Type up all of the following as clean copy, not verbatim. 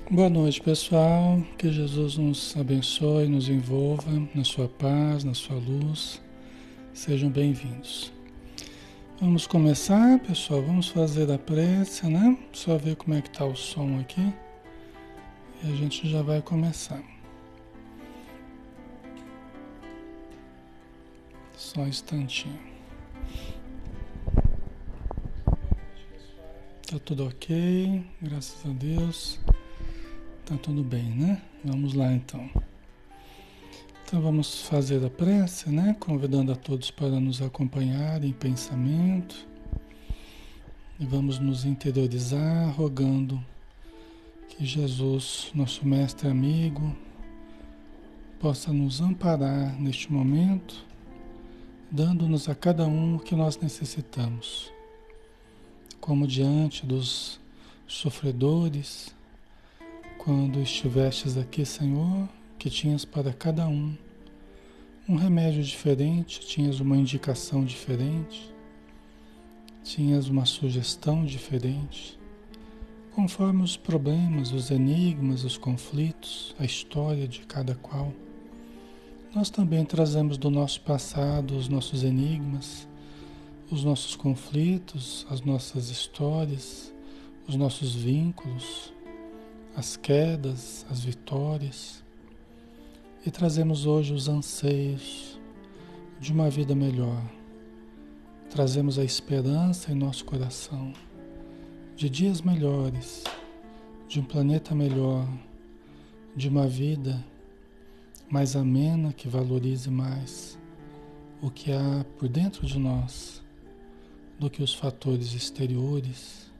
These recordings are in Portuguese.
Boa noite, pessoal. Que Jesus nos abençoe, nos envolva na sua paz, na sua luz. Sejam bem-vindos. Vamos começar, pessoal. Vamos fazer a prece, né? Só ver como é que tá o som aqui e a gente já vai começar. Só um instantinho. Tá tudo ok, graças a Deus. Tá tudo bem, né? Vamos lá então. Então vamos fazer a prece, né? Convidando a todos para nos acompanhar em pensamento. E vamos nos interiorizar, rogando que Jesus, nosso mestre amigo, possa nos amparar neste momento, dando-nos a cada um o que nós necessitamos. Como diante dos sofredores, quando estivestes aqui, Senhor, que tinhas para cada um remédio diferente, tinhas uma indicação diferente, tinhas uma sugestão diferente, conforme os problemas, os enigmas, os conflitos, a história de cada qual. Nós também trazemos do nosso passado os nossos enigmas, os nossos conflitos, as nossas histórias, os nossos vínculos, as quedas, as vitórias, e trazemos hoje os anseios de uma vida melhor. Trazemos a esperança em nosso coração de dias melhores, de um planeta melhor, de uma vida mais amena que valorize mais o que há por dentro de nós do que os fatores exteriores,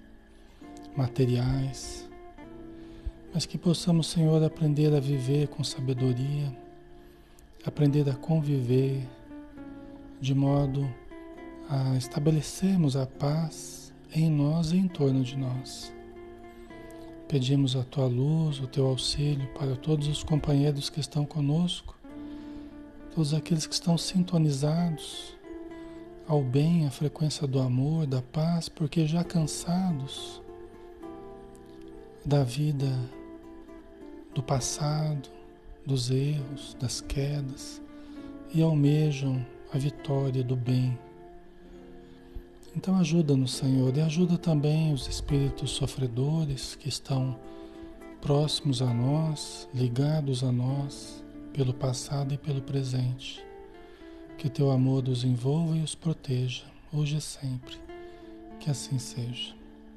materiais. Mas que possamos, Senhor, aprender a viver com sabedoria, aprender a conviver de modo a estabelecermos a paz em nós e em torno de nós. Pedimos a Tua luz, o Teu auxílio para todos os companheiros que estão conosco, todos aqueles que estão sintonizados ao bem, à frequência do amor, da paz, porque já cansados da vida, do passado, dos erros, das quedas, e almejam a vitória do bem. Então ajuda-nos, Senhor, e ajuda também os espíritos sofredores que estão próximos a nós, ligados a nós, pelo passado e pelo presente. Que Teu amor os envolva e os proteja, hoje e sempre. Que assim seja.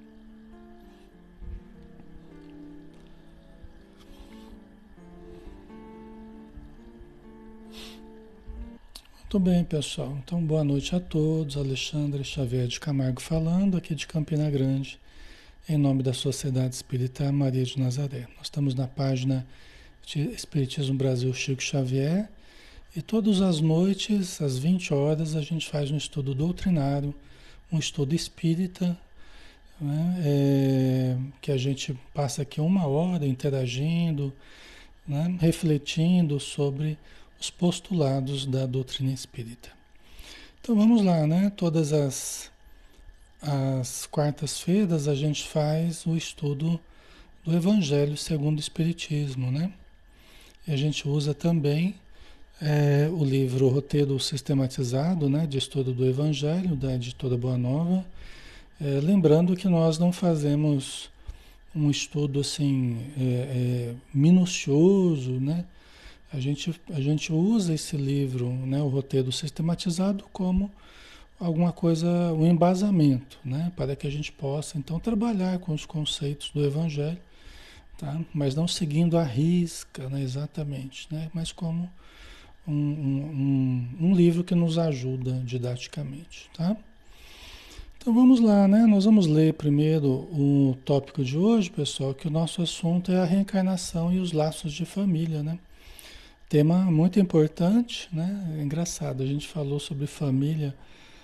Muito bem, pessoal. Então, boa noite a todos. Alexandre Xavier de Camargo falando, aqui de Campina Grande, em nome da Sociedade Espírita Maria de Nazaré. Nós estamos na página de Espiritismo Brasil Chico Xavier e todas as noites, às 20 horas, a gente faz um estudo doutrinário, um estudo espírita, né? Que a gente passa aqui 1 hora interagindo, né? Refletindo sobre os postulados da doutrina espírita. Então vamos lá, né? Todas as quartas-feiras a gente faz o estudo do Evangelho segundo o Espiritismo, né? E a gente usa também o livro Roteiro Sistematizado, né, de estudo do Evangelho, da editora Boa Nova. Lembrando que nós não fazemos um estudo assim minucioso, né? A gente usa esse livro, né, o Roteiro Sistematizado, como alguma coisa, um embasamento, né, para que a gente possa então trabalhar com os conceitos do Evangelho, tá? Mas não seguindo à risca, né, exatamente, né, mas como um livro que nos ajuda didaticamente, tá? Então vamos lá, né? Nós vamos ler primeiro o tópico de hoje, pessoal, que o nosso assunto é a reencarnação e os laços de família, né? Tema muito importante, né? É engraçado, a gente falou sobre família,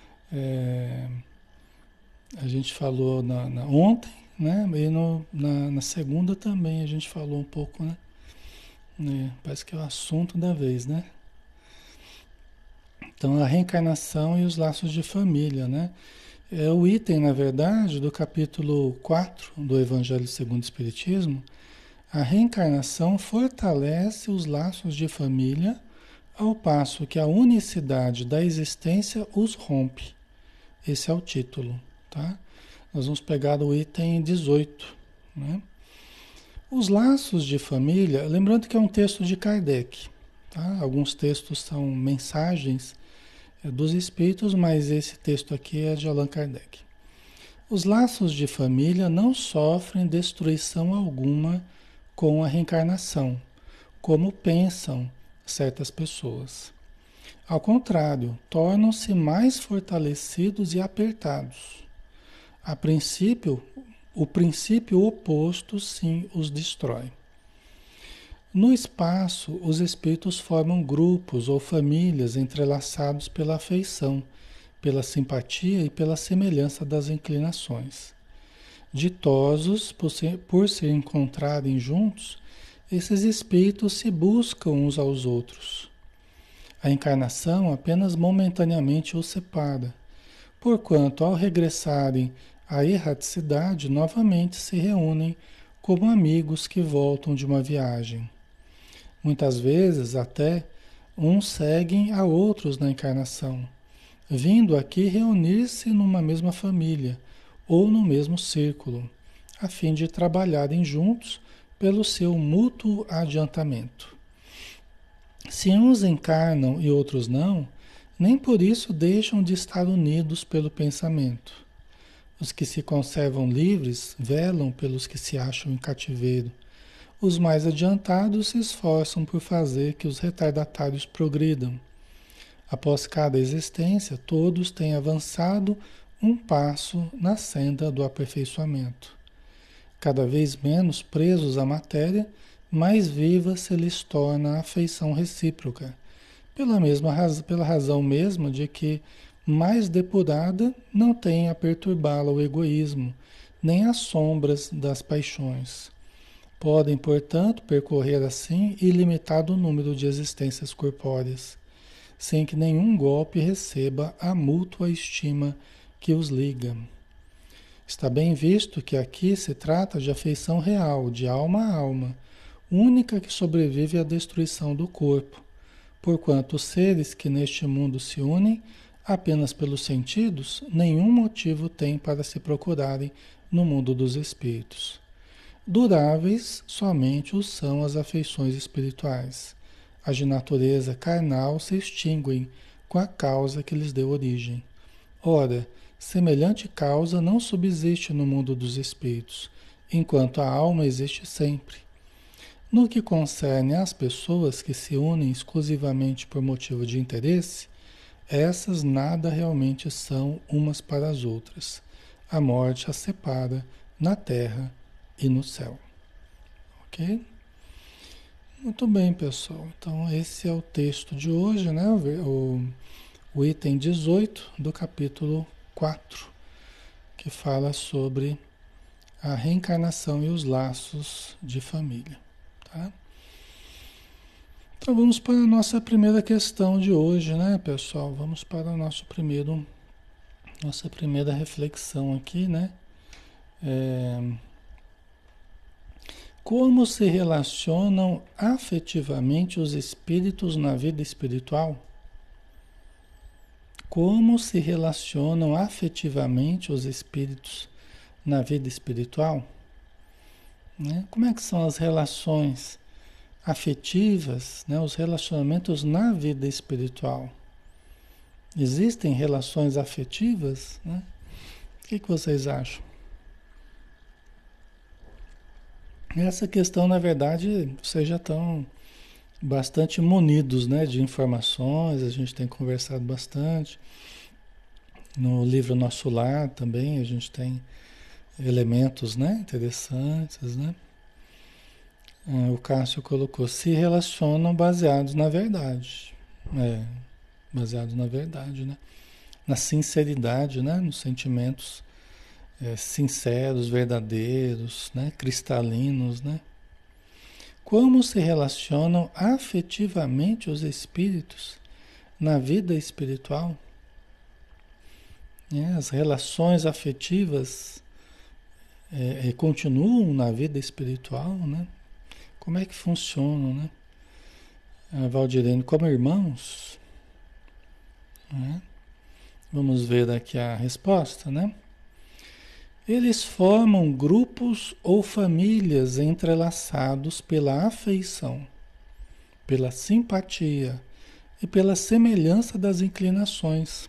a gente falou ontem, né? E na segunda também a gente falou um pouco, né? Parece que é o assunto da vez, né? Então, a reencarnação e os laços de família, né? É o item, na verdade, do capítulo 4 do Evangelho segundo o Espiritismo, A reencarnação fortalece os laços de família, ao passo que a unicidade da existência os rompe. Esse é o título, tá? Nós vamos pegar o item 18, né? Os laços de família, lembrando que é um texto de Kardec, tá? Alguns textos são mensagens dos espíritos, mas esse texto aqui é de Allan Kardec. Os laços de família não sofrem destruição alguma com a reencarnação, como pensam certas pessoas. Ao contrário, tornam-se mais fortalecidos e apertados. A princípio, o princípio oposto sim os destrói. No espaço, os espíritos formam grupos ou famílias entrelaçados pela afeição, pela simpatia e pela semelhança das inclinações. Ditosos por se encontrarem juntos, esses espíritos se buscam uns aos outros. A encarnação apenas momentaneamente os separa, porquanto ao regressarem à erraticidade, novamente se reúnem como amigos que voltam de uma viagem. Muitas vezes até uns seguem a outros na encarnação, vindo aqui reunir-se numa mesma família ou no mesmo círculo, a fim de trabalharem juntos pelo seu mútuo adiantamento. Se uns encarnam e outros não, nem por isso deixam de estar unidos pelo pensamento. Os que se conservam livres velam pelos que se acham em cativeiro. Os mais adiantados se esforçam por fazer que os retardatários progridam. Após cada existência, todos têm avançado um passo na senda do aperfeiçoamento. Cada vez menos presos à matéria, mais viva se lhes torna a afeição recíproca, pela razão mesma de que, mais depurada, não tem a perturbá-la o egoísmo, nem as sombras das paixões. Podem, portanto, percorrer assim ilimitado número de existências corpóreas, sem que nenhum golpe receba a mútua estima que os liga. Está bem visto que aqui se trata de afeição real, de alma a alma, única que sobrevive à destruição do corpo, porquanto os seres que neste mundo se unem apenas pelos sentidos, nenhum motivo têm para se procurarem no mundo dos espíritos. Duráveis somente os são as afeições espirituais. As de natureza carnal se extinguem com a causa que lhes deu origem. Ora, semelhante causa não subsiste no mundo dos espíritos, enquanto a alma existe sempre. No que concerne às pessoas que se unem exclusivamente por motivo de interesse, essas nada realmente são umas para as outras. A morte as separa na terra e no céu. Ok? Muito bem, pessoal. Então, esse é o texto de hoje, né? O item 18 do capítulo 4, que fala sobre a reencarnação e os laços de família. Tá? Então, vamos para a nossa primeira questão de hoje, né, pessoal? Vamos para o nossa primeira reflexão aqui, né? Como se relacionam afetivamente os espíritos na vida espiritual? Como se relacionam afetivamente os espíritos na vida espiritual? Né? Como é que são as relações afetivas, né? Os relacionamentos na vida espiritual? Existem relações afetivas? Né? O que vocês acham? Essa questão, na verdade, vocês já estão bastante munidos, né, de informações, a gente tem conversado bastante. No livro Nosso Lar também a gente tem elementos, né, interessantes, né? O Cássio colocou, se relacionam baseados na verdade. Baseados na verdade, né? Na sinceridade, né? Nos sentimentos sinceros, verdadeiros, né? Cristalinos, né? Como se relacionam afetivamente os espíritos na vida espiritual? As relações afetivas continuam na vida espiritual, né? Como é que funcionam, né? A Valdirene, como irmãos, né? Vamos ver aqui a resposta, né? Eles formam grupos ou famílias entrelaçados pela afeição, pela simpatia e pela semelhança das inclinações,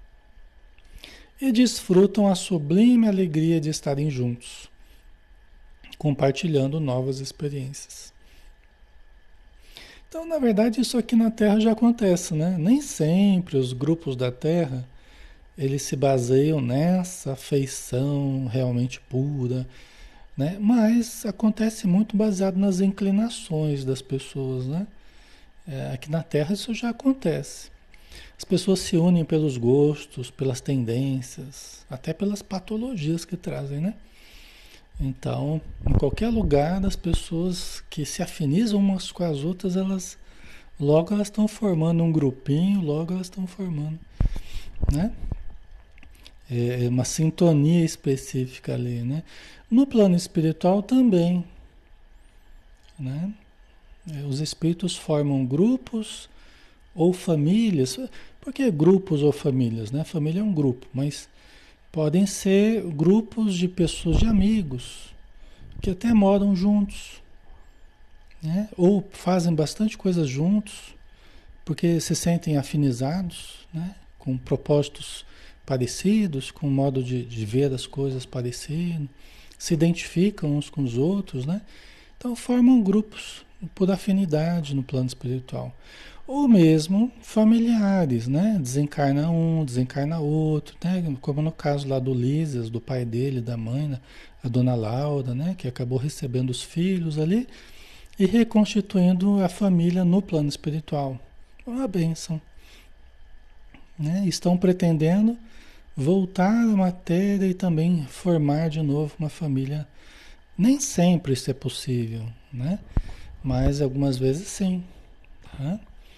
e desfrutam a sublime alegria de estarem juntos, compartilhando novas experiências. Então, na verdade, isso aqui na Terra já acontece, né? Nem sempre os grupos da Terra eles se baseiam nessa afeição realmente pura, né? Mas acontece muito baseado nas inclinações das pessoas, né? Aqui na Terra isso já acontece. As pessoas se unem pelos gostos, pelas tendências, até pelas patologias que trazem, né? Então, em qualquer lugar, as pessoas que se afinizam umas com as outras, logo elas estão formando um grupinho, logo elas estão formando, né? É uma sintonia específica ali, né? No plano espiritual também, né? Os espíritos formam grupos ou famílias. Por que grupos ou famílias, né? Família é um grupo, mas podem ser grupos de pessoas, de amigos, que até moram juntos, né? Ou fazem bastante coisa juntos, porque se sentem afinizados, né? Com propósitos parecidos, com um modo de ver as coisas parecido, se identificam uns com os outros, né? Então formam grupos por afinidade no plano espiritual. Ou mesmo familiares, né? Desencarna um, desencarna outro, né? Como no caso lá do Lísias, do pai dele, da mãe, né? A dona Laura, né? Que acabou recebendo os filhos ali e reconstituindo a família no plano espiritual. Uma bênção, né? Estão pretendendo voltar à matéria e também formar de novo uma família. Nem sempre isso é possível, né? Mas algumas vezes sim, tá?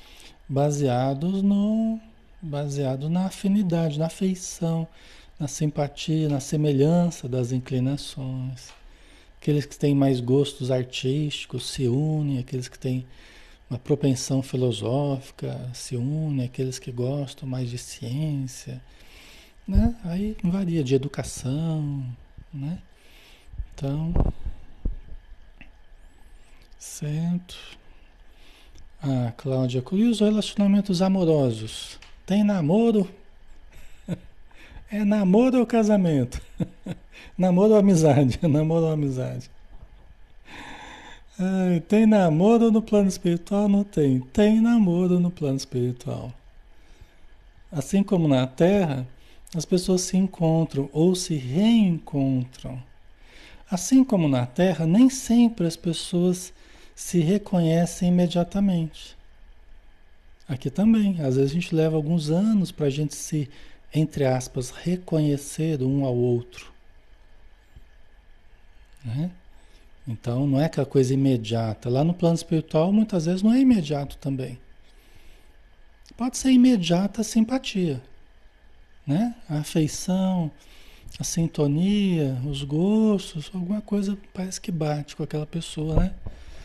Baseado na afinidade, na afeição, na simpatia, na semelhança das inclinações. Aqueles que têm mais gostos artísticos se unem, aqueles que têm uma propensão filosófica se unem, aqueles que gostam mais de ciência, né? Aí varia de educação, né? Então, certo. Ah, Cláudia, e os relacionamentos amorosos? Tem namoro? É namoro ou casamento? Namoro ou amizade? Namoro ou amizade? Ai, tem namoro no plano espiritual? Não tem. Tem namoro no plano espiritual. Assim como na Terra, as pessoas se encontram ou se reencontram. Assim como na Terra, nem sempre as pessoas se reconhecem imediatamente. Aqui também, às vezes a gente leva alguns anos para a gente se, entre aspas, reconhecer um ao outro, né? Então não é aquela coisa imediata. Lá no plano espiritual, muitas vezes não é imediato também. Pode ser imediata a simpatia, né? A afeição, a sintonia, os gostos, alguma coisa parece que bate com aquela pessoa, né?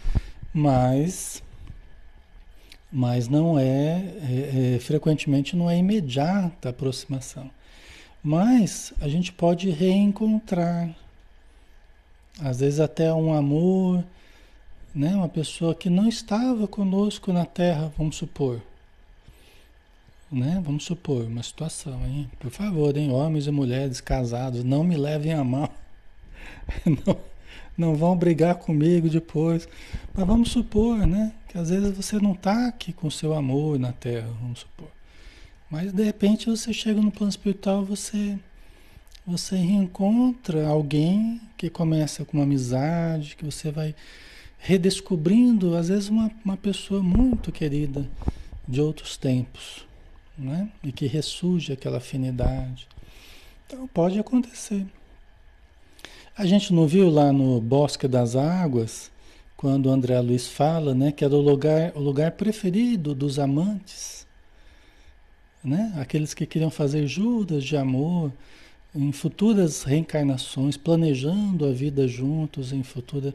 Mas não frequentemente não é imediata a aproximação. Mas a gente pode reencontrar, às vezes até um amor, né? Uma pessoa que não estava conosco na Terra, vamos supor, né? Vamos supor uma situação, hein? Por favor, hein? Homens e mulheres casados, não me levem a mal. Não, não vão brigar comigo depois. Mas vamos supor, né? Que às vezes você não está aqui com o seu amor na Terra, vamos supor. Mas de repente você chega no plano espiritual, você reencontra alguém que começa com uma amizade, que você vai redescobrindo, às vezes uma pessoa muito querida de outros tempos, né? E que ressurge aquela afinidade. Então pode acontecer. A gente não viu lá no Bosque das Águas, quando o André Luiz fala, né, que era o lugar preferido dos amantes, né? Aqueles que queriam fazer juras de amor em futuras reencarnações, planejando a vida juntos em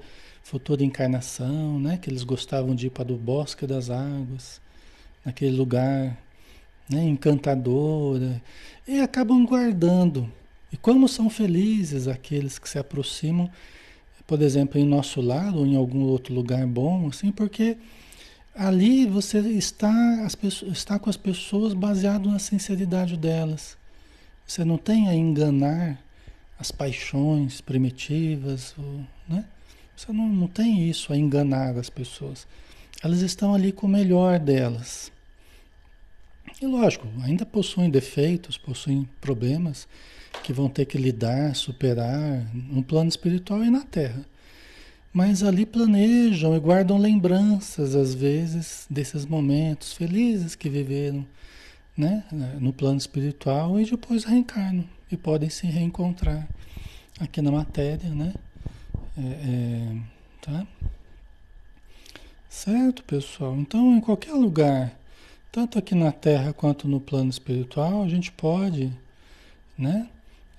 futura encarnação, né? Que eles gostavam de ir para o Bosque das Águas, naquele lugar, né? Encantador, e acabam guardando. E como são felizes aqueles que se aproximam, por exemplo, em nosso lar ou em algum outro lugar bom, assim, porque ali você está, está com as pessoas baseado na sinceridade delas. Você não tem a enganar as paixões primitivas, né? Você não tem isso a enganar as pessoas. Elas estão ali com o melhor delas. E lógico, ainda possuem defeitos, possuem problemas que vão ter que lidar, superar no plano espiritual e na Terra. Mas ali planejam e guardam lembranças, às vezes, desses momentos felizes que viveram, né, no plano espiritual e depois reencarnam e podem se reencontrar aqui na matéria, né? Tá? Certo, pessoal? Então, em qualquer lugar, tanto aqui na Terra quanto no plano espiritual, a gente pode, né,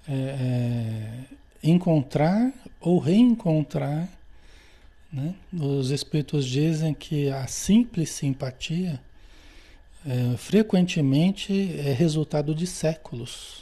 encontrar ou reencontrar, né? Os espíritos dizem que a simples simpatia frequentemente é resultado de séculos.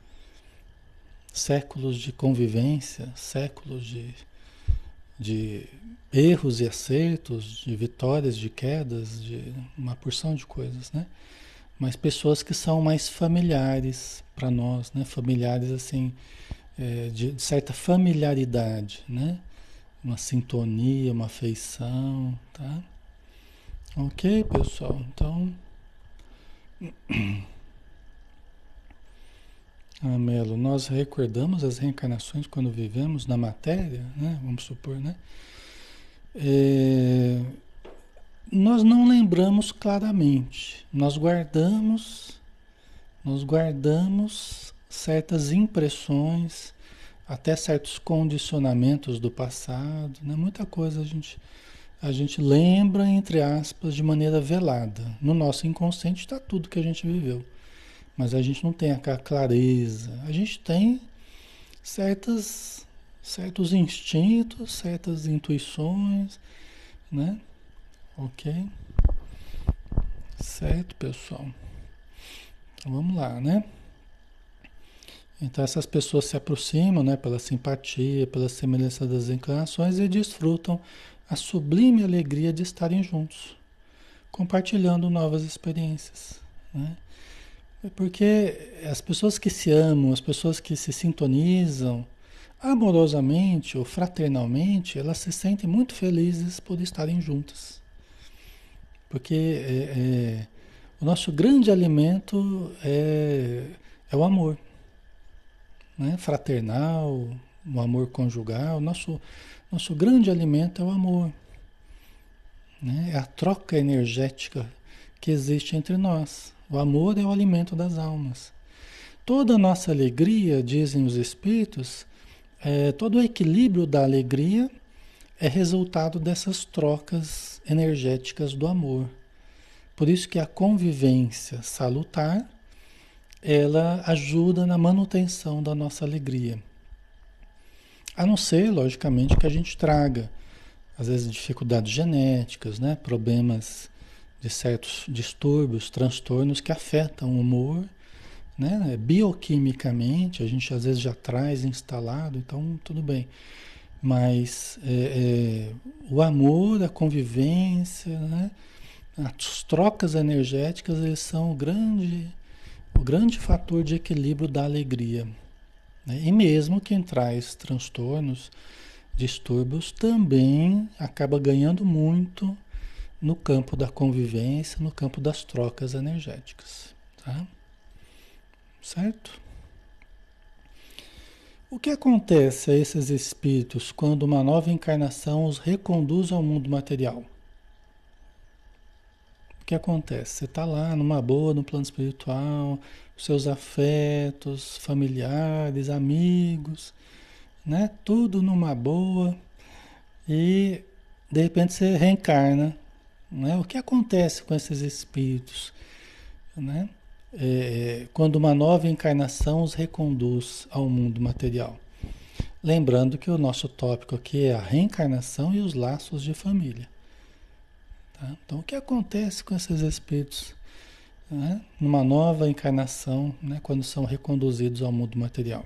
Séculos de convivência, séculos de erros e acertos, de vitórias, de quedas, de uma porção de coisas, né? Mas pessoas que são mais familiares para nós, né? Familiares assim, de certa familiaridade, né? Uma sintonia, uma afeição, tá? Ok, pessoal? Então, Melo, nós recordamos as reencarnações quando vivemos na matéria, né? Vamos supor, né? É, nós não lembramos claramente, nós guardamos certas impressões, até certos condicionamentos do passado, né? Muita coisa a gente lembra, entre aspas, de maneira velada. No nosso inconsciente está tudo que a gente viveu. Mas a gente não tem aquela clareza. A gente tem certos instintos, certas intuições, né? Ok? Certo, pessoal? Então vamos lá, né? Então essas pessoas se aproximam, né, pela simpatia, pela semelhança das encarnações e desfrutam a sublime alegria de estarem juntos, compartilhando novas experiências, né? Porque as pessoas que se amam, as pessoas que se sintonizam amorosamente ou fraternalmente, elas se sentem muito felizes por estarem juntas. Porque o nosso grande alimento é o amor, né? Fraternal, o amor conjugal. Nosso grande alimento é o amor, né? É a troca energética que existe entre nós. O amor é o alimento das almas. Toda a nossa alegria, dizem os espíritos, todo o equilíbrio da alegria é resultado dessas trocas energéticas do amor. Por isso que a convivência salutar, ela ajuda na manutenção da nossa alegria. A não ser, logicamente, que a gente traga, às vezes, dificuldades genéticas, né? Problemas de certos distúrbios, transtornos que afetam o humor, né? Bioquimicamente, a gente às vezes já traz instalado, então tudo bem. Mas o amor, a convivência, né? As trocas energéticas, eles são o grande fator de equilíbrio da alegria, né? E mesmo quem traz transtornos, distúrbios, também acaba ganhando muito no campo da convivência, no campo das trocas energéticas, tá? Certo? O que acontece a esses espíritos quando uma nova encarnação os reconduz ao mundo material? O que acontece? Você está lá numa boa, no plano espiritual, seus afetos, familiares, amigos, né? Tudo numa boa e de repente você reencarna, né? O que acontece com esses espíritos, né? Quando uma nova encarnação os reconduz ao mundo material. Lembrando que o nosso tópico aqui é a reencarnação e os laços de família. Tá? Então, o que acontece com esses espíritos, né, numa nova encarnação, né, quando são reconduzidos ao mundo material?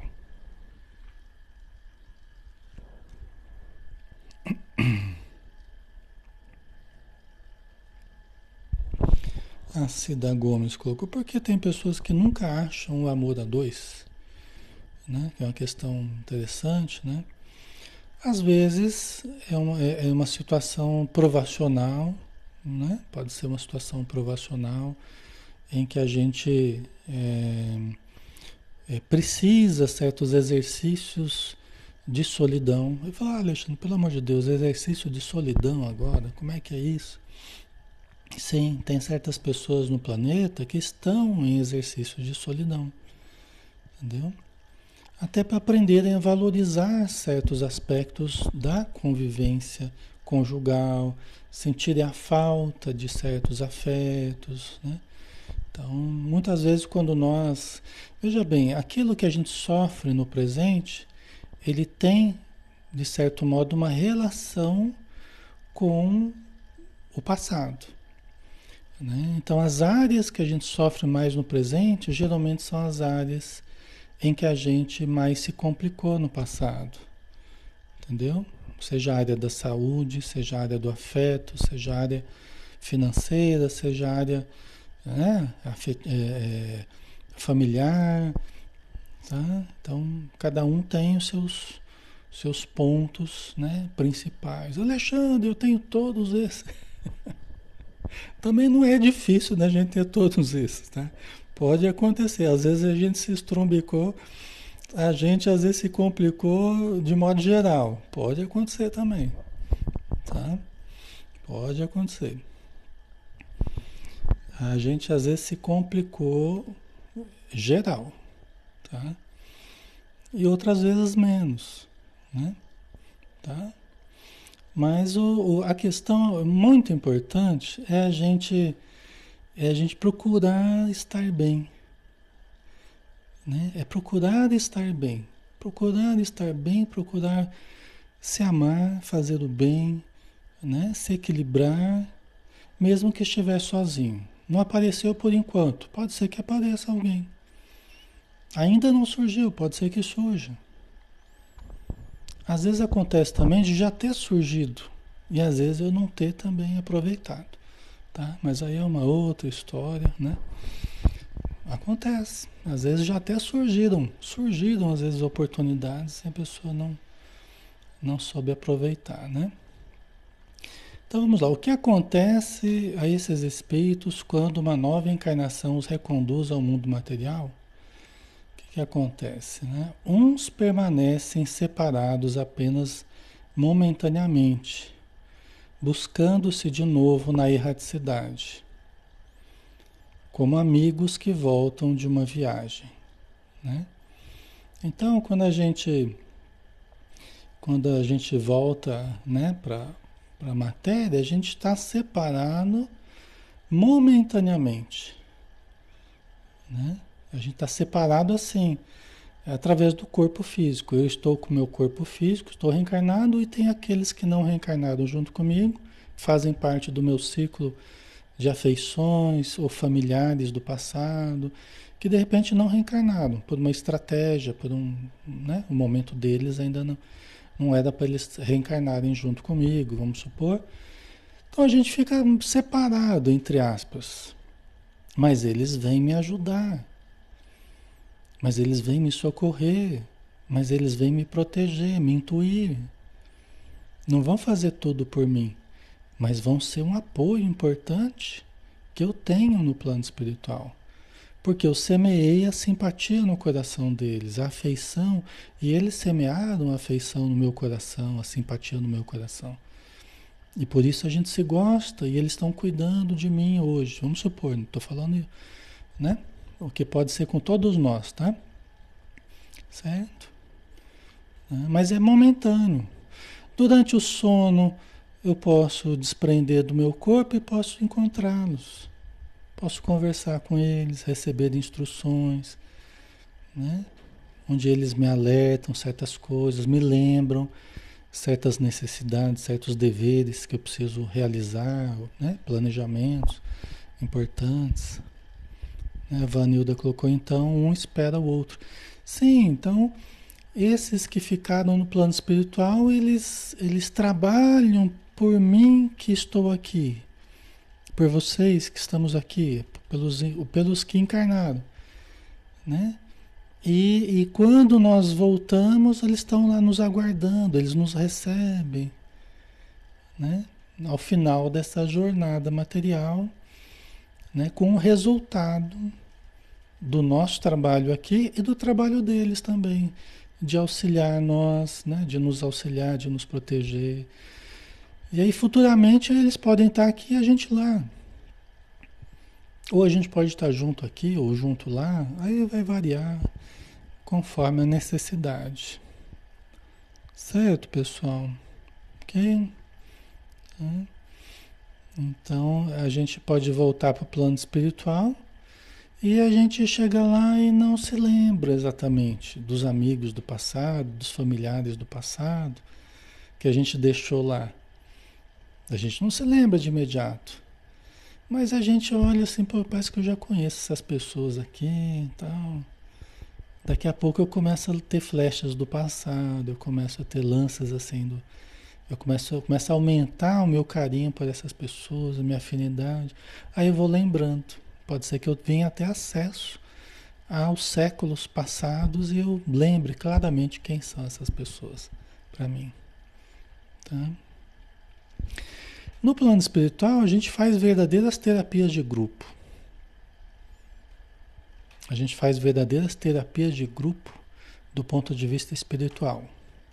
A Cida Gomes colocou, porque tem pessoas que nunca acham o amor a dois, né? Que é uma questão interessante, né? Às vezes é uma situação provacional, né? Pode ser uma situação provacional em que a gente precisa certos exercícios de solidão. Eu falo, Alexandre, pelo amor de Deus, exercício de solidão agora, como é que é isso? Sim, tem certas pessoas no planeta que estão em exercício de solidão, entendeu? Até para aprenderem a valorizar certos aspectos da convivência conjugal, sentirem a falta de certos afetos, né? Então, muitas vezes quando nós... Veja bem, aquilo que a gente sofre no presente, ele tem, de certo modo, uma relação com o passado, né? Então, as áreas que a gente sofre mais no presente, geralmente são as áreas em que a gente mais se complicou no passado, entendeu? Seja a área da saúde, seja a área do afeto, seja a área financeira, seja a área, né, familiar, tá? Então, cada um tem os seus pontos, né, principais. Alexandre, eu tenho todos esses. Também não é difícil, né, a gente ter todos esses, tá? Pode acontecer. Às vezes a gente se estrombicou, a gente às vezes se complicou de modo geral. Pode acontecer também, tá? Pode acontecer. A gente às vezes se complicou geral, tá? E outras vezes menos, né? Tá? Mas a questão muito importante é a gente procurar estar bem, né? É procurar estar bem. Procurar estar bem, procurar se amar, fazer o bem, né? Se equilibrar, mesmo que estiver sozinho. Não apareceu por enquanto, pode ser que apareça alguém. Ainda não surgiu, pode ser que surja. Às vezes acontece também de já ter surgido e às vezes eu não ter também aproveitado, tá? Mas aí é uma outra história, né? Acontece. Às vezes já até surgiram às vezes oportunidades e a pessoa não soube aproveitar, né? Então vamos lá, o que acontece a esses espíritos quando uma nova encarnação os reconduz ao mundo material? O que acontece, né? Uns permanecem separados apenas momentaneamente, buscando-se de novo na erraticidade, como amigos que voltam de uma viagem, né? Então, quando a gente volta, né, para a matéria, a gente está separado momentaneamente, né? A gente está separado assim, através do corpo físico. Eu estou com o meu corpo físico, estou reencarnado e tem aqueles que não reencarnaram junto comigo, fazem parte do meu ciclo de afeições ou familiares do passado, que de repente não reencarnaram por uma estratégia, por né, o momento deles ainda não era para eles reencarnarem junto comigo, vamos supor. Então a gente fica separado, entre aspas. Mas eles vêm me ajudar. Mas eles vêm me socorrer. Mas eles vêm me proteger, me intuir. Não vão fazer tudo por mim, mas vão ser um apoio importante que eu tenho no plano espiritual. Porque eu semeei a simpatia no coração deles, a afeição, e eles semearam a afeição no meu coração, a simpatia no meu coração. E por isso a gente se gosta e eles estão cuidando de mim hoje. Vamos supor, não estou falando, né? O que pode ser com todos nós, tá? Certo? Mas é momentâneo. Durante o sono, eu posso desprender do meu corpo e posso encontrá-los. Posso conversar com eles, receber instruções, né? onde eles me alertam certas coisas, me lembram certas necessidades, certos deveres que eu preciso realizar, né? Planejamentos importantes. A Vanilda colocou então, um espera o outro. Sim, então esses que ficaram no plano espiritual, eles trabalham por mim que estou aqui, por vocês que estamos aqui, pelos que encarnaram, né? E quando nós voltamos, eles estão lá nos aguardando, eles nos recebem, né? Ao final dessa jornada material, né? Com o resultado do nosso trabalho aqui e do trabalho deles também, de auxiliar nós, né? De nos auxiliar, de nos proteger. E aí futuramente eles podem estar aqui e a gente lá. Ou a gente pode estar junto aqui ou junto lá, aí vai variar conforme a necessidade. Certo, pessoal? Ok? Então a gente pode voltar para o plano espiritual e a gente chega lá e não se lembra exatamente dos amigos do passado, dos familiares do passado que a gente deixou lá. A gente não se lembra de imediato. Mas a gente olha assim, pô, parece que eu já conheço essas pessoas aqui e tal. Daqui a pouco eu começo a ter flechas do passado, eu começo a ter lanças assim eu começo a aumentar o meu carinho por essas pessoas, a minha afinidade. Aí eu vou lembrando. Pode ser que eu tenha até acesso aos séculos passados e eu lembre claramente quem são essas pessoas para mim. Tá? No plano espiritual, a gente faz verdadeiras terapias de grupo. A gente faz verdadeiras terapias de grupo do ponto de vista espiritual.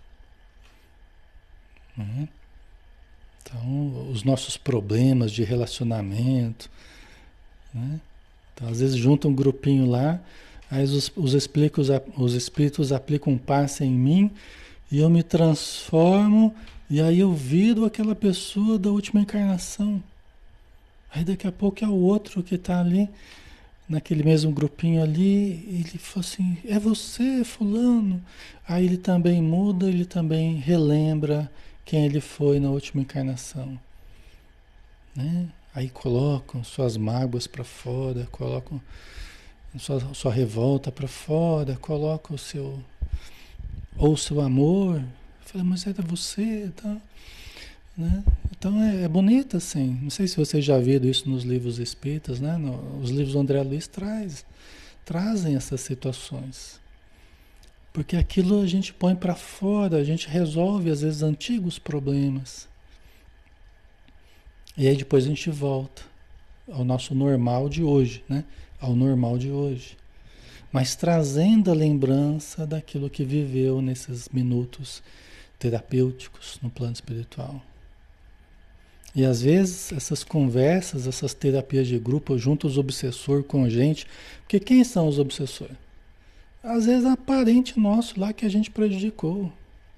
Então, os nossos problemas de relacionamento, né? Então, às vezes junta um grupinho lá, aí os espíritos aplicam um passe em mim e eu me transformo e aí eu viro aquela pessoa da última encarnação. Aí daqui a pouco é o outro que está ali, naquele mesmo grupinho ali, ele fala assim, é você, fulano. Aí ele também muda, ele também relembra quem ele foi na última encarnação, né? Aí colocam suas mágoas para fora, colocam sua revolta para fora, colocam o seu amor. Fala, mas era você, tá? Né? Então é bonito assim. Não sei se vocês já viram isso nos livros espíritas, né? Os livros do André Luiz trazem essas situações. Porque aquilo a gente põe para fora, a gente resolve às vezes antigos problemas. E aí depois a gente volta ao nosso normal de hoje, né? Ao normal de hoje. Mas trazendo a lembrança daquilo que viveu nesses minutos terapêuticos no plano espiritual. E às vezes essas conversas, essas terapias de grupo, junto os obsessores com a gente, porque quem são os obsessores? Às vezes é parente nosso lá que a gente prejudicou.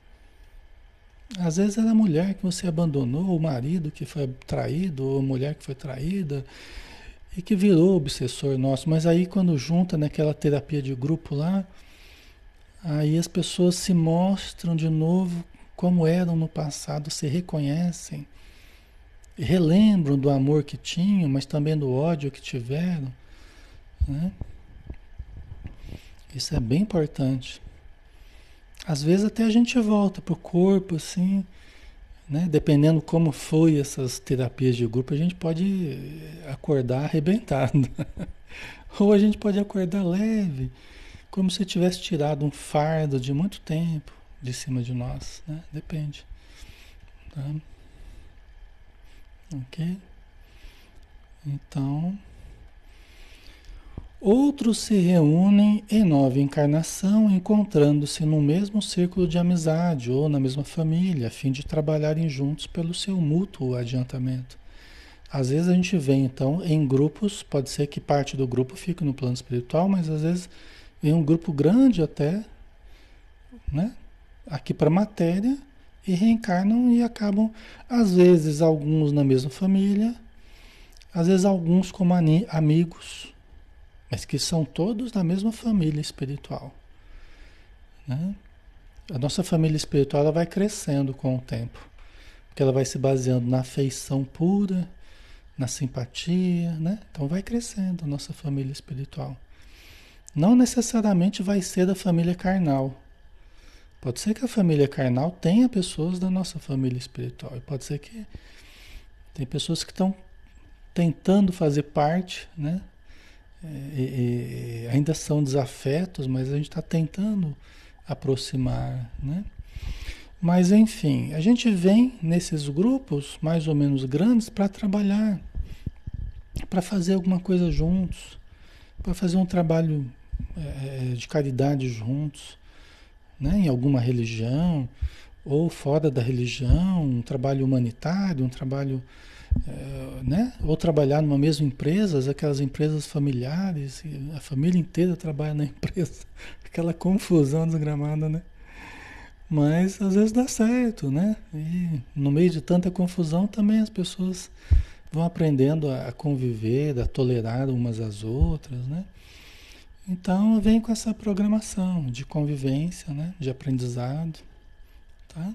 Às vezes era a mulher que você abandonou, ou o marido que foi traído, ou a mulher que foi traída, e que virou obsessor nosso. Mas aí quando junta naquela terapia de grupo lá, aí as pessoas se mostram de novo como eram no passado, se reconhecem, relembram do amor que tinham, mas também do ódio que tiveram, né? Isso é bem importante. Às vezes até a gente volta pro corpo, assim, né? Dependendo como foi essas terapias de grupo, a gente pode acordar arrebentado. Ou a gente pode acordar leve, como se tivesse tirado um fardo de muito tempo de cima de nós, né? Depende. Tá? Ok? Então, outros se reúnem em nova encarnação, encontrando-se no mesmo círculo de amizade ou na mesma família, a fim de trabalharem juntos pelo seu mútuo adiantamento. Às vezes a gente vê, então, em grupos, pode ser que parte do grupo fique no plano espiritual, mas às vezes vem um grupo grande até, né, aqui para a matéria, e reencarnam e acabam, às vezes, alguns na mesma família, às vezes alguns como amigos, mas que são todos da mesma família espiritual. né? A nossa família espiritual ela vai crescendo com o tempo, porque ela vai se baseando na afeição pura, na simpatia, né? Então vai crescendo a nossa família espiritual. Não necessariamente vai ser da família carnal. Pode ser que a família carnal tenha pessoas da nossa família espiritual. E pode ser que tem pessoas que estão tentando fazer parte, né? E ainda são desafetos, mas a gente está tentando aproximar, né? Mas enfim, a gente vem nesses grupos mais ou menos grandes para trabalhar, para fazer alguma coisa juntos, para fazer um trabalho de caridade juntos, né? Em alguma religião ou fora da religião, um trabalho humanitário, um trabalho, né? Ou trabalhar numa mesma empresa, aquelas empresas familiares, e a família inteira trabalha na empresa, aquela confusão desgramada, né? Mas às vezes dá certo, né? E no meio de tanta confusão também as pessoas vão aprendendo a conviver, a tolerar umas às outras, né? Então vem com essa programação de convivência, né? De aprendizado, tá?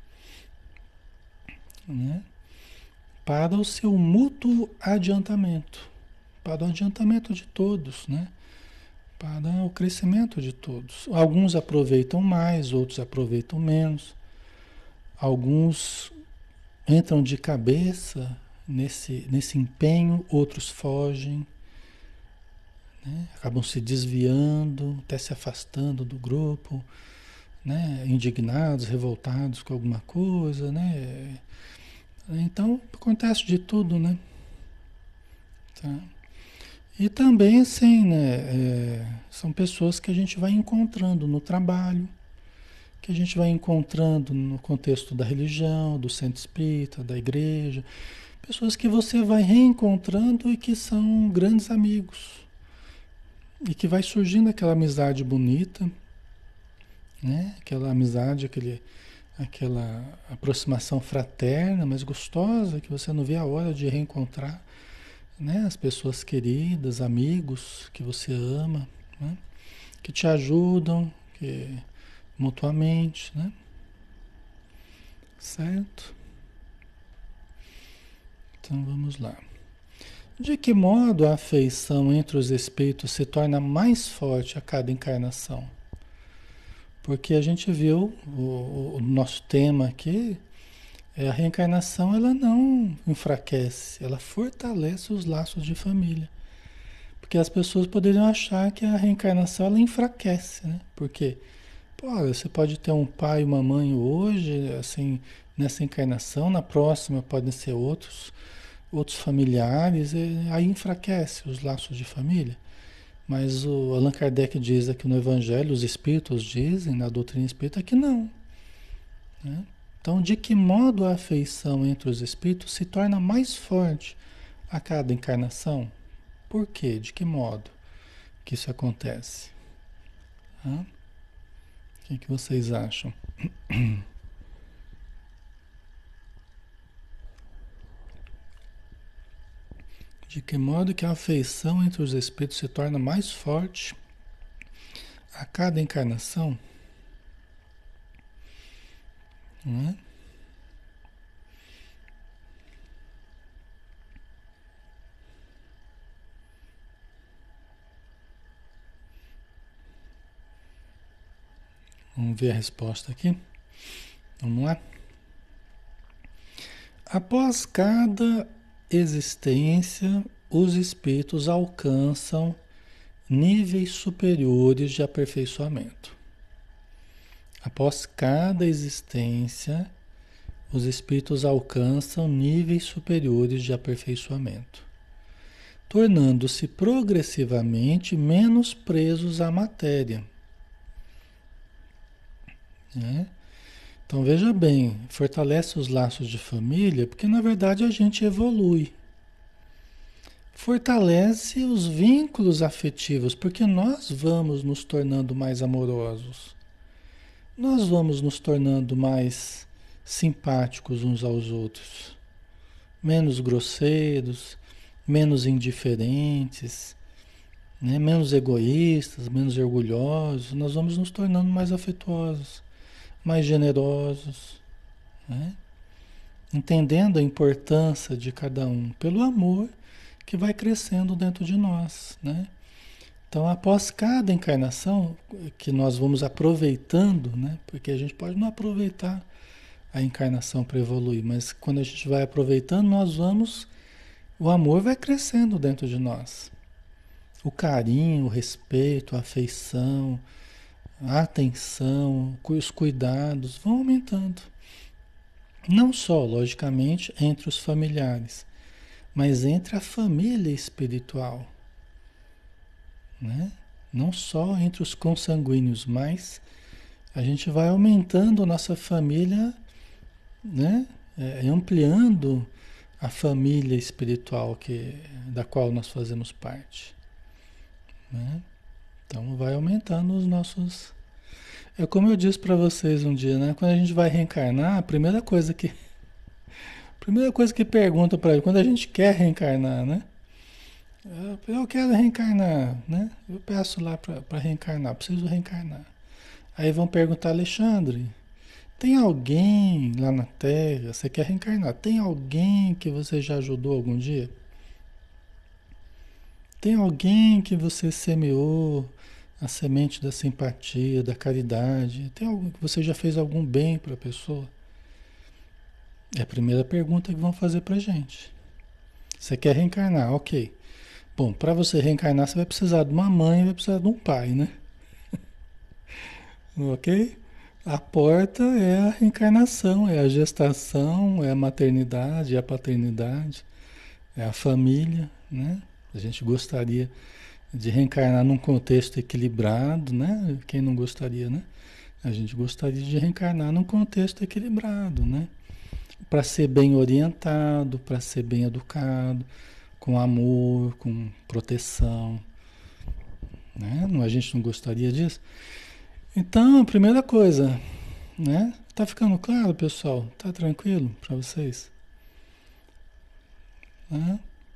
Né? Para o seu mútuo adiantamento, para o adiantamento de todos, né? Para o crescimento de todos. Alguns aproveitam mais, outros aproveitam menos. Alguns entram de cabeça nesse empenho, outros fogem, né? Acabam se desviando, até se afastando do grupo, né? Indignados, revoltados com alguma coisa, né? Então, acontece de tudo, né? Tá? E também, assim, né? São pessoas que a gente vai encontrando no trabalho, que a gente vai encontrando no contexto da religião, do centro espírita, da igreja. Pessoas que você vai reencontrando e que são grandes amigos. E que vai surgindo aquela amizade bonita, né? Aquela amizade, aquela aproximação fraterna, mas gostosa, que você não vê a hora de reencontrar, né? As pessoas queridas, amigos que você ama, né? Que te ajudam, mutuamente, né? Certo? Então vamos lá. De que modo a afeição entre os espíritos se torna mais forte a cada encarnação? Porque a gente viu o nosso tema aqui, a reencarnação ela não enfraquece, ela fortalece os laços de família. Porque as pessoas poderiam achar que a reencarnação ela enfraquece, né? Porque, pô, você pode ter um pai e uma mãe hoje, assim, nessa encarnação, na próxima podem ser outros familiares, e aí enfraquece os laços de família. Mas o Allan Kardec diz aqui no Evangelho, os Espíritos dizem, na doutrina espírita, que não, né? Então, de que modo a afeição entre os Espíritos se torna mais forte a cada encarnação? Por quê? De que modo que isso acontece? Hã? O que vocês acham? De que modo que a afeição entre os espíritos se torna mais forte a cada encarnação? Não é? Vamos ver a resposta aqui. Vamos lá. Após cada existência, os espíritos alcançam níveis superiores de aperfeiçoamento. Após cada existência, os espíritos alcançam níveis superiores de aperfeiçoamento, tornando-se progressivamente menos presos à matéria, né? Então veja bem, fortalece os laços de família, porque na verdade a gente evolui. Fortalece os vínculos afetivos, porque nós vamos nos tornando mais amorosos. Nós vamos nos tornando mais simpáticos uns aos outros, menos grosseiros, menos indiferentes, né? Menos egoístas, menos orgulhosos, nós vamos nos tornando mais afetuosos, mais generosos, né? Entendendo a importância de cada um, pelo amor que vai crescendo dentro de nós, né? Então, após cada encarnação que nós vamos aproveitando, né? Porque a gente pode não aproveitar a encarnação para evoluir, mas quando a gente vai aproveitando, o amor vai crescendo dentro de nós. O carinho, o respeito, a afeição, a atenção, os cuidados vão aumentando. Não só, logicamente, entre os familiares, mas entre a família espiritual, né? Não só entre os consanguíneos, mas a gente vai aumentando a nossa família, né? Ampliando a família espiritual da qual nós fazemos parte, né? Então vai aumentando os nossos. É como eu disse para vocês um dia, né? Quando a gente vai reencarnar, a primeira coisa que pergunta para ele, quando a gente quer reencarnar, né? Eu quero reencarnar, né? Eu peço lá para reencarnar, preciso reencarnar. Aí vão perguntar, Alexandre, tem alguém lá na Terra, você quer reencarnar, tem alguém que você já ajudou algum dia? Tem alguém que você semeou a semente da simpatia, da caridade? Tem alguém que você já fez algum bem para a pessoa? É a primeira pergunta que vão fazer para gente. Você quer reencarnar? Ok. Bom, para você reencarnar, você vai precisar de uma mãe e vai precisar de um pai, né? Ok? A porta é a reencarnação, é a gestação, é a maternidade, é a paternidade, é a família, né? A gente gostaria de reencarnar num contexto equilibrado, né? Quem não gostaria, né? A gente gostaria de reencarnar num contexto equilibrado, né? Para ser bem orientado, para ser bem educado, com amor, com proteção, né? A gente não gostaria disso? Então, a primeira coisa, né? Tá ficando claro, pessoal? Tá tranquilo para vocês? Né?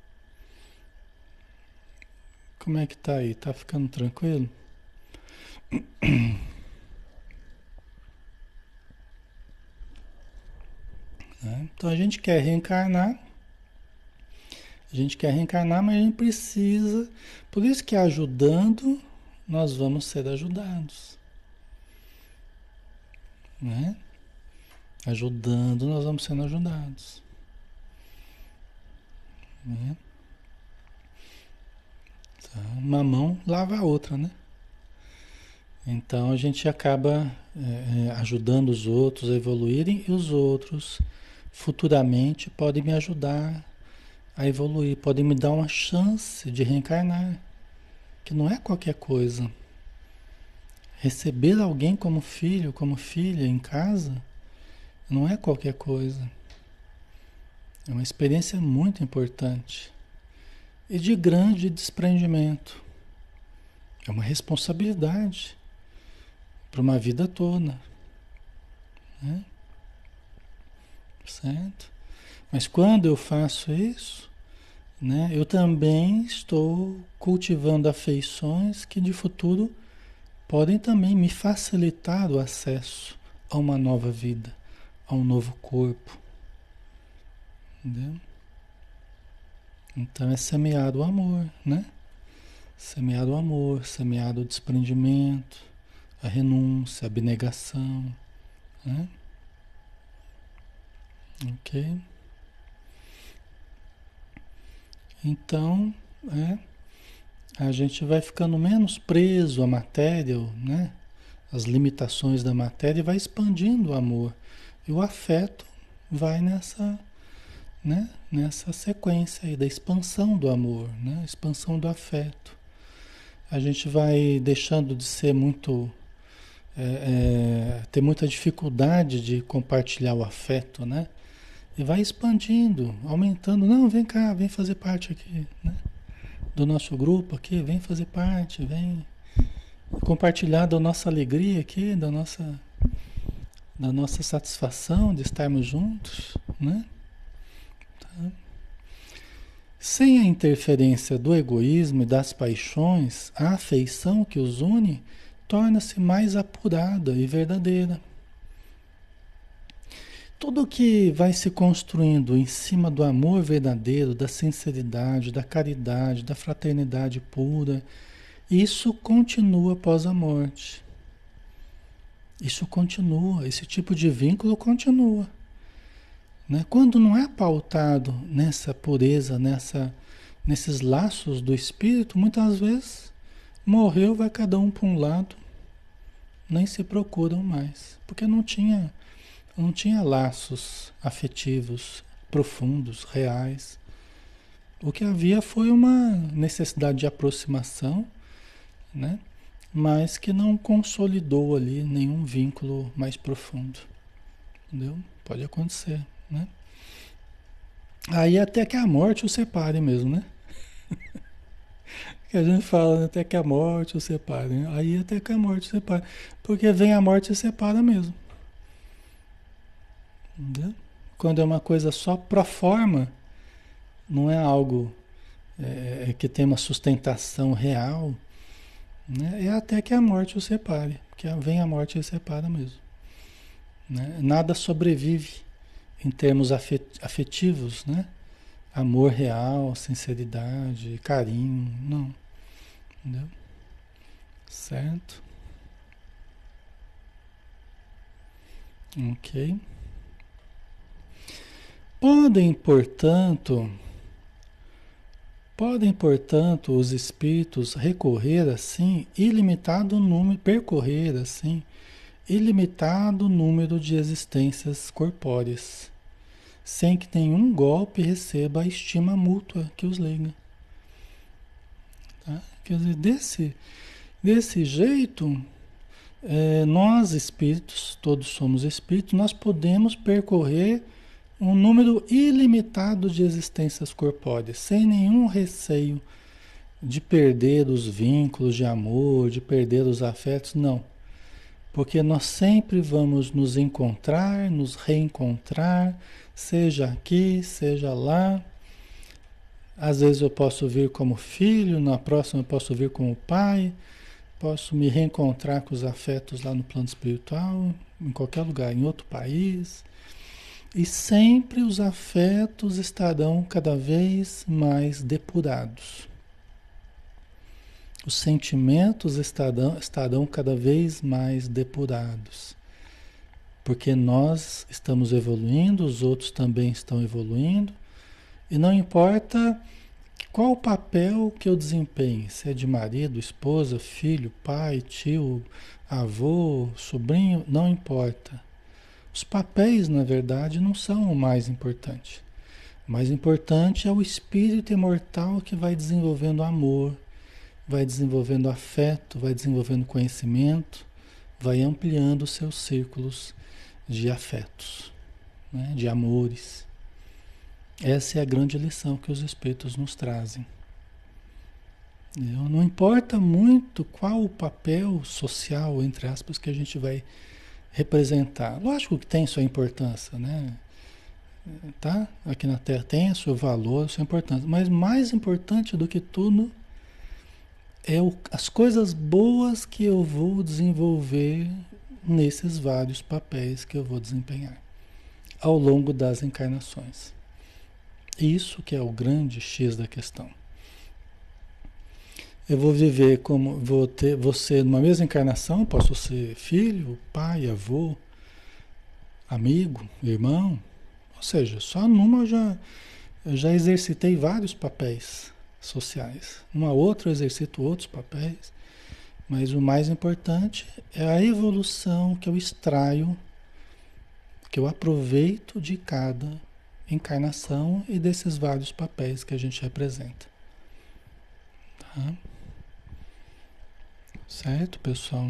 Como é que tá aí? Tá ficando tranquilo? Né? Então a gente quer reencarnar, mas a gente precisa. Por isso que ajudando, nós vamos ser ajudados. Né? Ajudando, nós vamos sendo ajudados. Né? Tá? Uma mão lava a outra, né? Então a gente acaba ajudando os outros a evoluírem e os outros futuramente podem me ajudar a evoluir, podem me dar uma chance de reencarnar, que não é qualquer coisa. Receber alguém como filho, como filha em casa, não é qualquer coisa. É uma experiência muito importante e de grande desprendimento. É uma responsabilidade para uma vida toda, né? Certo? Mas quando eu faço isso, né, eu também estou cultivando afeições que de futuro podem também me facilitar o acesso a uma nova vida, a um novo corpo. Entendeu? Então é semeado o amor, né? Semeado o amor, semeado o desprendimento, a renúncia, a abnegação, né? Ok? Então, a gente vai ficando menos preso à matéria, né? As limitações da matéria e vai expandindo o amor. E o afeto vai nessa sequência aí da expansão do amor, né? Expansão do afeto. A gente vai deixando de ser ter muita dificuldade de compartilhar o afeto, né? E vai expandindo, aumentando. Não, vem cá, vem fazer parte aqui, né? Do nosso grupo aqui, vem fazer parte, vem compartilhar da nossa alegria aqui, da nossa satisfação de estarmos juntos, né? Tá? Sem a interferência do egoísmo e das paixões, a afeição que os une torna-se mais apurada e verdadeira. Tudo que vai se construindo em cima do amor verdadeiro, da sinceridade, da caridade, da fraternidade pura, isso continua após a morte. Isso continua, esse tipo de vínculo continua. Né? Quando não é pautado nessa pureza, nesses laços do espírito, muitas vezes morreu, vai cada um para um lado, nem se procuram mais, porque não tinha laços afetivos profundos, reais. O que havia foi uma necessidade de aproximação, né? Mas que não consolidou ali nenhum vínculo mais profundo. Entendeu? Pode acontecer, né? Aí até que a morte o separe mesmo, né? Que a gente fala, né? Até que a morte o separe, né? Aí até que a morte o separe. Porque vem a morte e separa mesmo. Entendeu? Quando é uma coisa só pro forma, não é algo que tem uma sustentação real, né? É até que a morte o separe. Porque vem a morte e separa mesmo. Né? Nada sobrevive em termos afetivos, né? Amor real, sinceridade, carinho, não. Entendeu? Certo? Ok. Podem, portanto, os espíritos recorrer assim, percorrer assim, ilimitado número de existências corpóreas, sem que nenhum golpe receba a estima mútua que os liga. Tá? Quer dizer, desse jeito, nós espíritos, todos somos espíritos, nós podemos percorrer um número ilimitado de existências corpóreas, sem nenhum receio de perder os vínculos de amor, de perder os afetos, não. Porque nós sempre vamos nos encontrar, nos reencontrar, seja aqui, seja lá. Às vezes eu posso vir como filho, na próxima eu posso vir como pai, posso me reencontrar com os afetos lá no plano espiritual, em qualquer lugar, em outro país. E sempre os afetos estarão cada vez mais depurados. Os sentimentos estarão cada vez mais depurados. Porque nós estamos evoluindo, os outros também estão evoluindo. E não importa qual o papel que eu desempenhe, se é de marido, esposa, filho, pai, tio, avô, sobrinho, não importa. Os papéis, na verdade, não são o mais importante. O mais importante é o espírito imortal que vai desenvolvendo amor, vai desenvolvendo afeto, vai desenvolvendo conhecimento, vai ampliando os seus círculos de afetos, né, de amores. Essa é a grande lição que os espíritos nos trazem. Não importa muito qual o papel social, entre aspas, que a gente vai representar. Lógico que tem sua importância, né? Tá? Aqui na Terra tem o seu valor, a sua importância. Mas mais importante do que tudo é as coisas boas que eu vou desenvolver nesses vários papéis que eu vou desempenhar ao longo das encarnações. Isso que é o grande X da questão. Eu vou viver como vou ser numa mesma encarnação, posso ser filho, pai, avô, amigo, irmão. Ou seja, só numa eu já exercitei vários papéis sociais. Numa outra eu exercito outros papéis. Mas o mais importante é a evolução que eu extraio, que eu aproveito de cada encarnação e desses vários papéis que a gente representa. Tá? Certo, pessoal?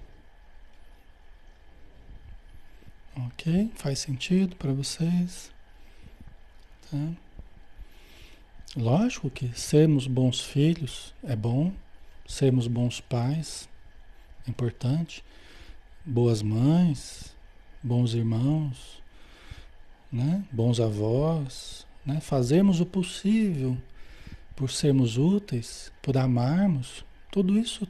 Ok? Faz sentido para vocês? Tá? Lógico que sermos bons filhos é bom, sermos bons pais é importante, boas mães, bons irmãos, né? Bons avós, né? Fazermos o possível por sermos úteis, por amarmos, tudo isso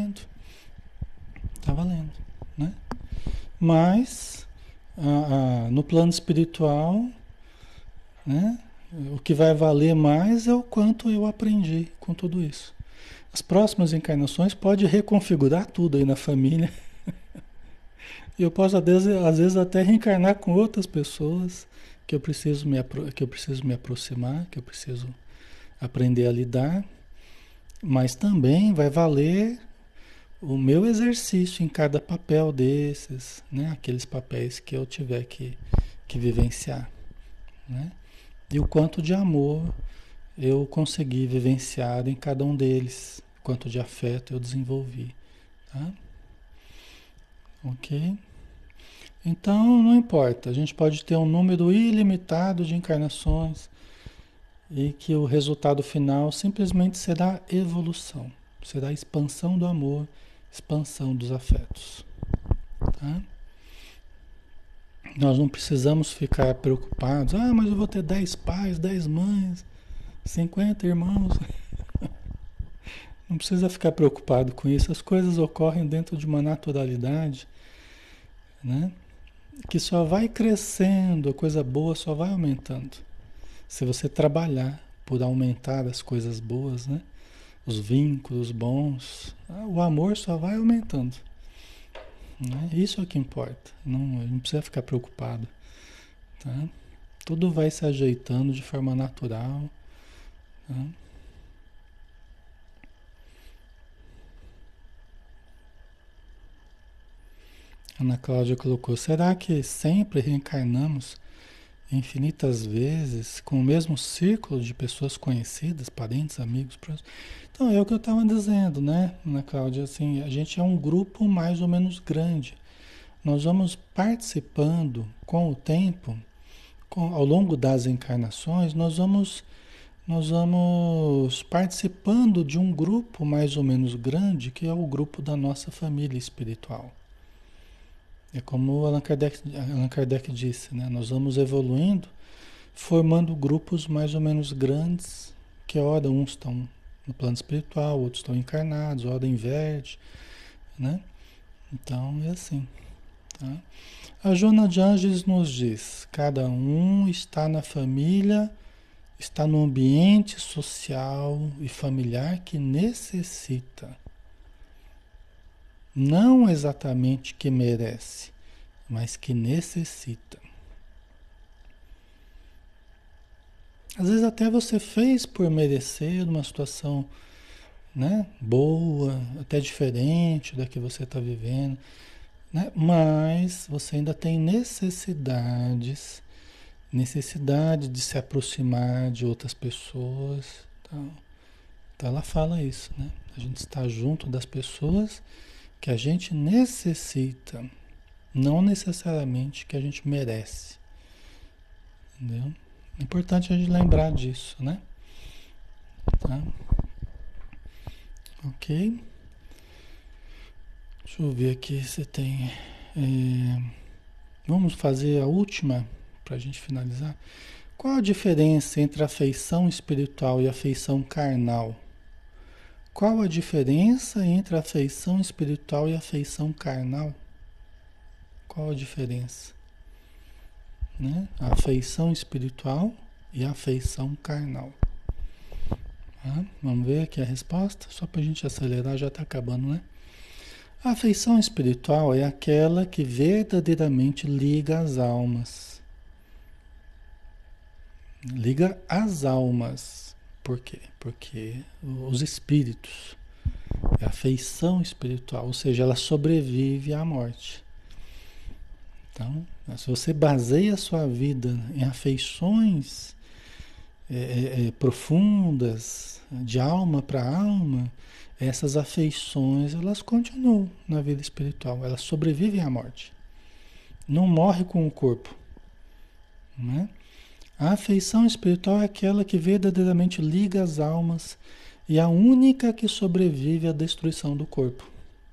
está valendo, né? Mas no plano espiritual, né, o que vai valer mais é o quanto eu aprendi com tudo isso. As próximas encarnações pode reconfigurar tudo aí na família. E eu posso, às vezes, até reencarnar com outras pessoas que eu preciso me aproximar, que eu preciso aprender a lidar, mas também vai valer o meu exercício em cada papel desses, né? Aqueles papéis que eu tiver que vivenciar, né? E o quanto de amor eu consegui vivenciar em cada um deles, quanto de afeto eu desenvolvi, tá? Ok? Então, não importa, a gente pode ter um número ilimitado de encarnações e que o resultado final simplesmente será evolução, será expansão do amor, expansão dos afetos, tá? Nós não precisamos ficar preocupados, mas eu vou ter 10 pais, 10 mães, 50 irmãos. Não precisa ficar preocupado com isso, as coisas ocorrem dentro de uma naturalidade, né? Que só vai crescendo, a coisa boa só vai aumentando. Se você trabalhar por aumentar as coisas boas, né? Os vínculos bons, o amor só vai aumentando, né? Isso é o que importa. Não precisa ficar preocupado, tá? Tudo vai se ajeitando de forma natural, tá? Ana Cláudia colocou, será que sempre reencarnamos infinitas vezes com o mesmo círculo de pessoas conhecidas, parentes, amigos, próximos? Então, é o que eu estava dizendo, né, Ana Cláudia, assim, a gente é um grupo mais ou menos grande. Nós vamos participando com o tempo, ao longo das encarnações, nós vamos participando de um grupo mais ou menos grande, que é o grupo da nossa família espiritual. É como Allan Kardec disse, né? Nós vamos evoluindo, formando grupos mais ou menos grandes, que ora uns estão no plano espiritual, outros estão encarnados, ora inverte, né? Então é assim, tá? A Joana de Ângeles nos diz, cada um está na família, está no ambiente social e familiar que necessita. Não exatamente que merece, mas que necessita. Às vezes até você fez por merecer uma situação, né, boa, até diferente da que você está vivendo, né? Mas você ainda tem necessidade de se aproximar de outras pessoas. Então ela fala isso, né? A gente está junto das pessoas que a gente necessita, não necessariamente que a gente merece, entendeu? É importante a gente lembrar disso, né? Tá? Ok? Deixa eu ver aqui se tem. Vamos fazer a última para a gente finalizar. Qual a diferença entre a afeição espiritual e a afeição carnal? Qual a diferença entre a afeição espiritual e a afeição carnal? Qual a diferença? Né? A afeição espiritual e a afeição carnal. Tá? Vamos ver aqui a resposta, só para a gente acelerar, já está acabando, né? A afeição espiritual é aquela que verdadeiramente liga as almas. Liga as almas. Por quê? Porque os espíritos, é a afeição espiritual, ou seja, ela sobrevive à morte. Então, se você baseia a sua vida em afeições profundas, de alma para alma, essas afeições, elas continuam na vida espiritual, elas sobrevivem à morte. Não morre com o corpo, né? A afeição espiritual é aquela que verdadeiramente liga as almas e a única que sobrevive à destruição do corpo.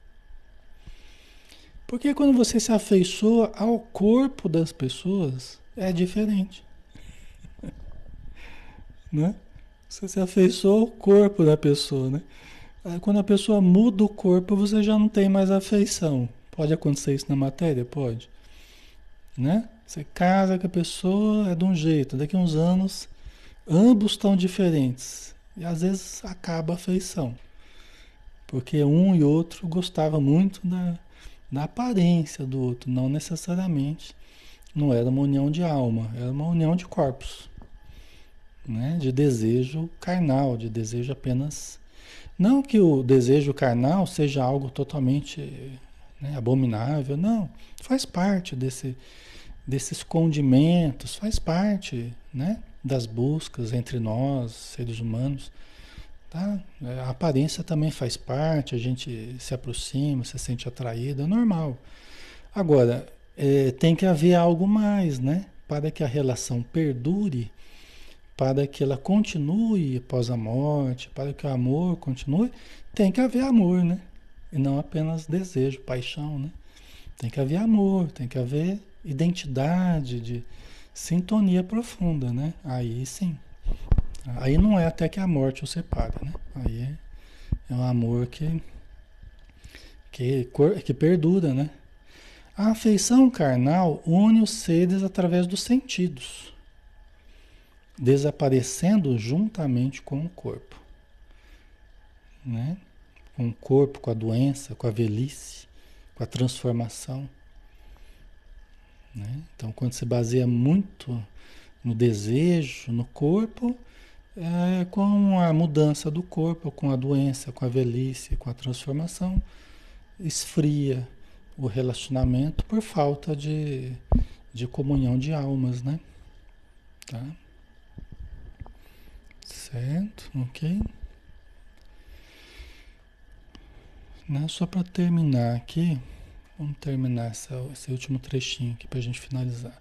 Porque quando você se afeiçoa ao corpo das pessoas, é diferente, né? Você se afeiçoou ao corpo da pessoa, né? Aí, quando a pessoa muda o corpo, você já não tem mais afeição. Pode acontecer isso na matéria? Pode, né? Você casa com a pessoa, é de um jeito, daqui a uns anos, ambos estão diferentes. E às vezes acaba a afeição, porque um e outro gostavam muito da aparência do outro, não necessariamente. Não era uma união de alma, era uma união de corpos, né? De desejo carnal, de desejo apenas. Não que o desejo carnal seja algo totalmente, né, abominável, não. Faz parte desses condimentos, faz parte, né, das buscas entre nós, seres humanos. Tá? A aparência também faz parte, a gente se aproxima, se sente atraído, é normal. Agora, tem que haver algo mais, né? Para que a relação perdure, para que ela continue após a morte, para que o amor continue, tem que haver amor, né? E não apenas desejo, paixão, né? Tem que haver amor, tem que haver identidade, de sintonia profunda, né? Aí sim. Aí não é até que a morte o separe, né? Aí é um amor que perdura, né? A afeição carnal une os seres através dos sentidos, desaparecendo juntamente com o corpo, né? Com o corpo, com a doença, com a velhice, com a transformação, né? Então, quando se baseia muito no desejo, no corpo, com a mudança do corpo, com a doença, com a velhice, com a transformação, esfria o relacionamento por falta de comunhão de almas, né? Tá? Certo, ok. Né? Só para terminar aqui, vamos terminar esse último trechinho aqui para a gente finalizar.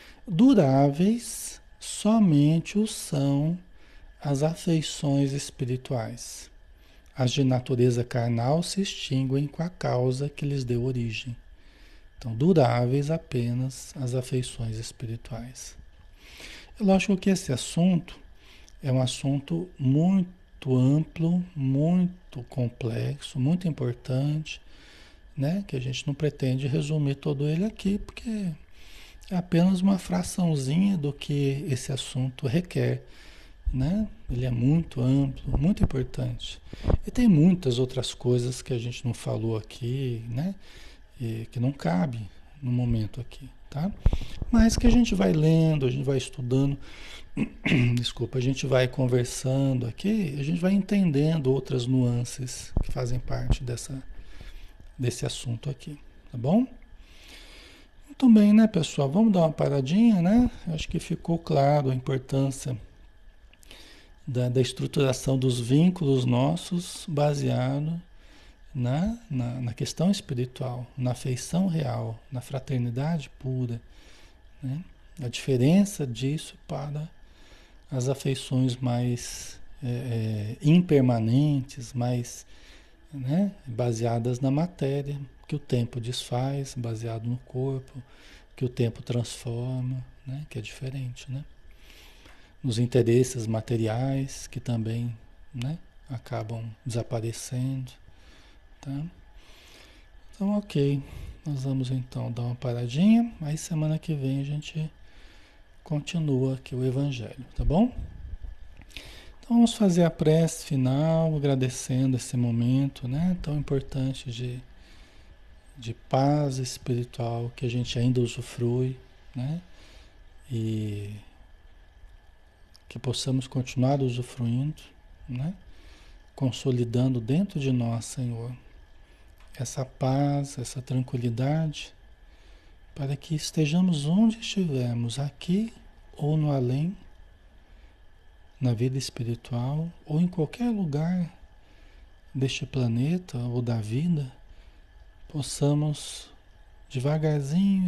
Duráveis somente o são as afeições espirituais. As de natureza carnal se extinguem com a causa que lhes deu origem. Então, duráveis apenas as afeições espirituais. É lógico que esse assunto é um assunto muito amplo, muito complexo, muito importante, né? Que a gente não pretende resumir todo ele aqui, porque é apenas uma fraçãozinha do que esse assunto requer, né? Ele é muito amplo, muito importante. E tem muitas outras coisas que a gente não falou aqui, né? E que não cabe no momento aqui, tá? Mas que a gente vai lendo, a gente vai estudando, desculpa, a gente vai conversando aqui, a gente vai entendendo outras nuances que fazem parte desse assunto aqui, tá bom? Muito bem, né, pessoal? Vamos dar uma paradinha, né? Acho que ficou claro a importância da estruturação dos vínculos nossos baseado na questão espiritual, na afeição real, na fraternidade pura, né? A diferença disso para as afeições mais impermanentes, mais, né, baseadas na matéria, que o tempo desfaz, baseado no corpo, que o tempo transforma, né, que é diferente, né? Nos interesses materiais, que também, né, acabam desaparecendo, tá? Então, ok. Nós vamos então dar uma paradinha, aí semana que vem a gente continua aqui o Evangelho, tá bom? Então vamos fazer a prece final, agradecendo esse momento, né, tão importante de paz espiritual que a gente ainda usufrui, né? E que possamos continuar usufruindo, né? Consolidando dentro de nós, Senhor, essa paz, essa tranquilidade, para que estejamos onde estivermos, aqui ou no além, na vida espiritual, ou em qualquer lugar deste planeta ou da vida, possamos devagarzinho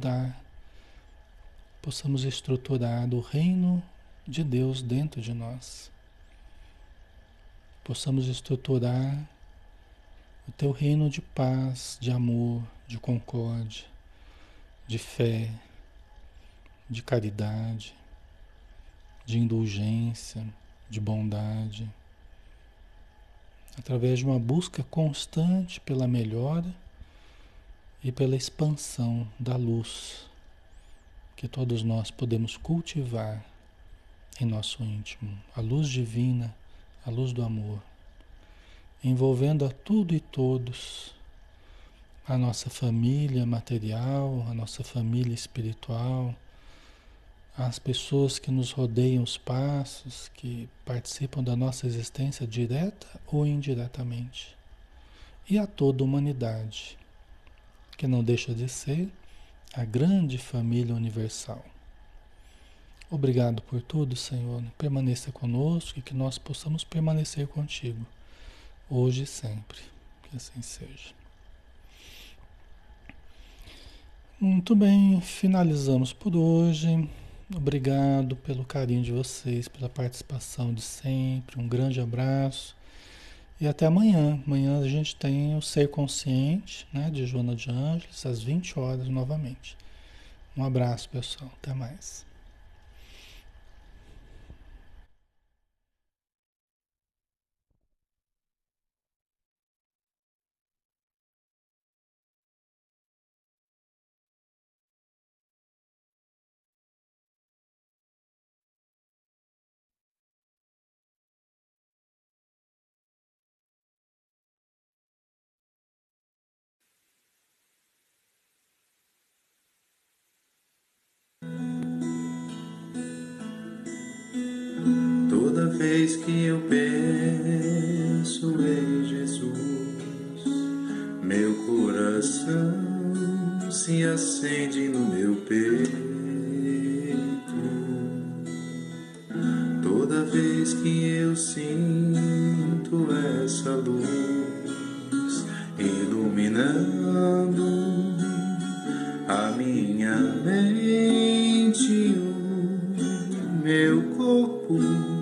possamos estruturar o reino de Deus dentro de nós. Possamos estruturar o teu reino de paz, de amor, de concórdia, de fé, de caridade, de indulgência, de bondade, através de uma busca constante pela melhora e pela expansão da luz que todos nós podemos cultivar em nosso íntimo, a luz divina, a luz do amor, envolvendo a tudo e todos, a nossa família material, a nossa família espiritual, as pessoas que nos rodeiam, os passos, que participam da nossa existência direta ou indiretamente, e a toda a humanidade, que não deixa de ser a grande família universal. Obrigado por tudo, Senhor. Permaneça conosco e que nós possamos permanecer contigo, hoje e sempre. Que assim seja. Muito bem, finalizamos por hoje. Obrigado pelo carinho de vocês, pela participação de sempre. Um grande abraço e até amanhã. Amanhã a gente tem o Ser Consciente, né, de Joana de Ângeles, às 20 horas novamente. Um abraço, pessoal. Até mais. Toda vez que eu penso em Jesus, meu coração se acende no meu peito. Toda vez que eu sinto essa luz iluminando a minha mente, o meu corpo,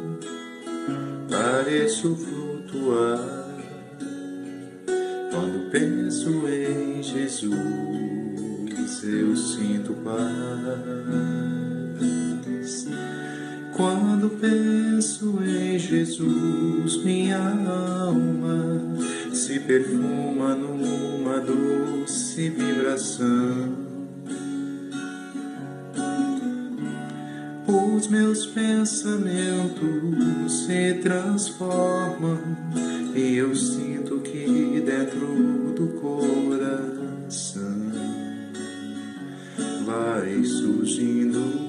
pareço flutuar. Quando penso em Jesus, eu sinto paz. Quando penso em Jesus, minha alma se perfuma numa doce vibração. Os meus pensamentos se transformam e eu sinto que dentro do coração vai surgindo,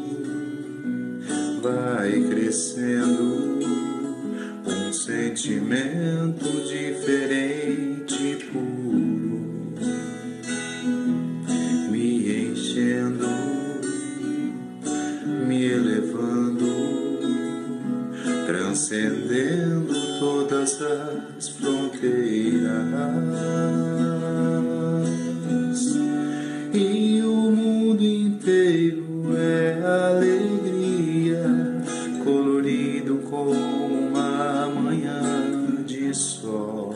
vai crescendo um sentimento diferente e puro, me enchendo, me elevando, transcendendo todas as fronteiras. E o mundo inteiro é alegria, colorido como uma manhã de sol.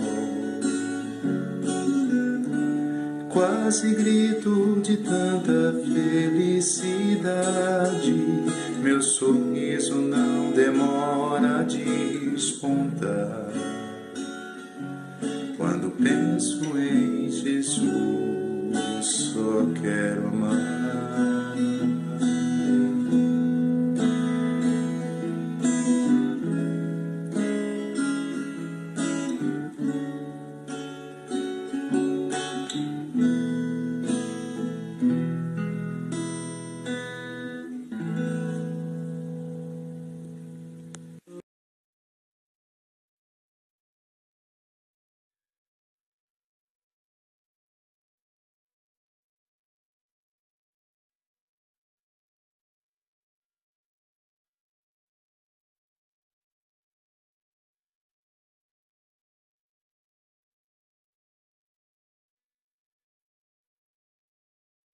Quase grito de tanta felicidade, meu sorriso não demora a despontar. Quando penso em Jesus, só quero amar.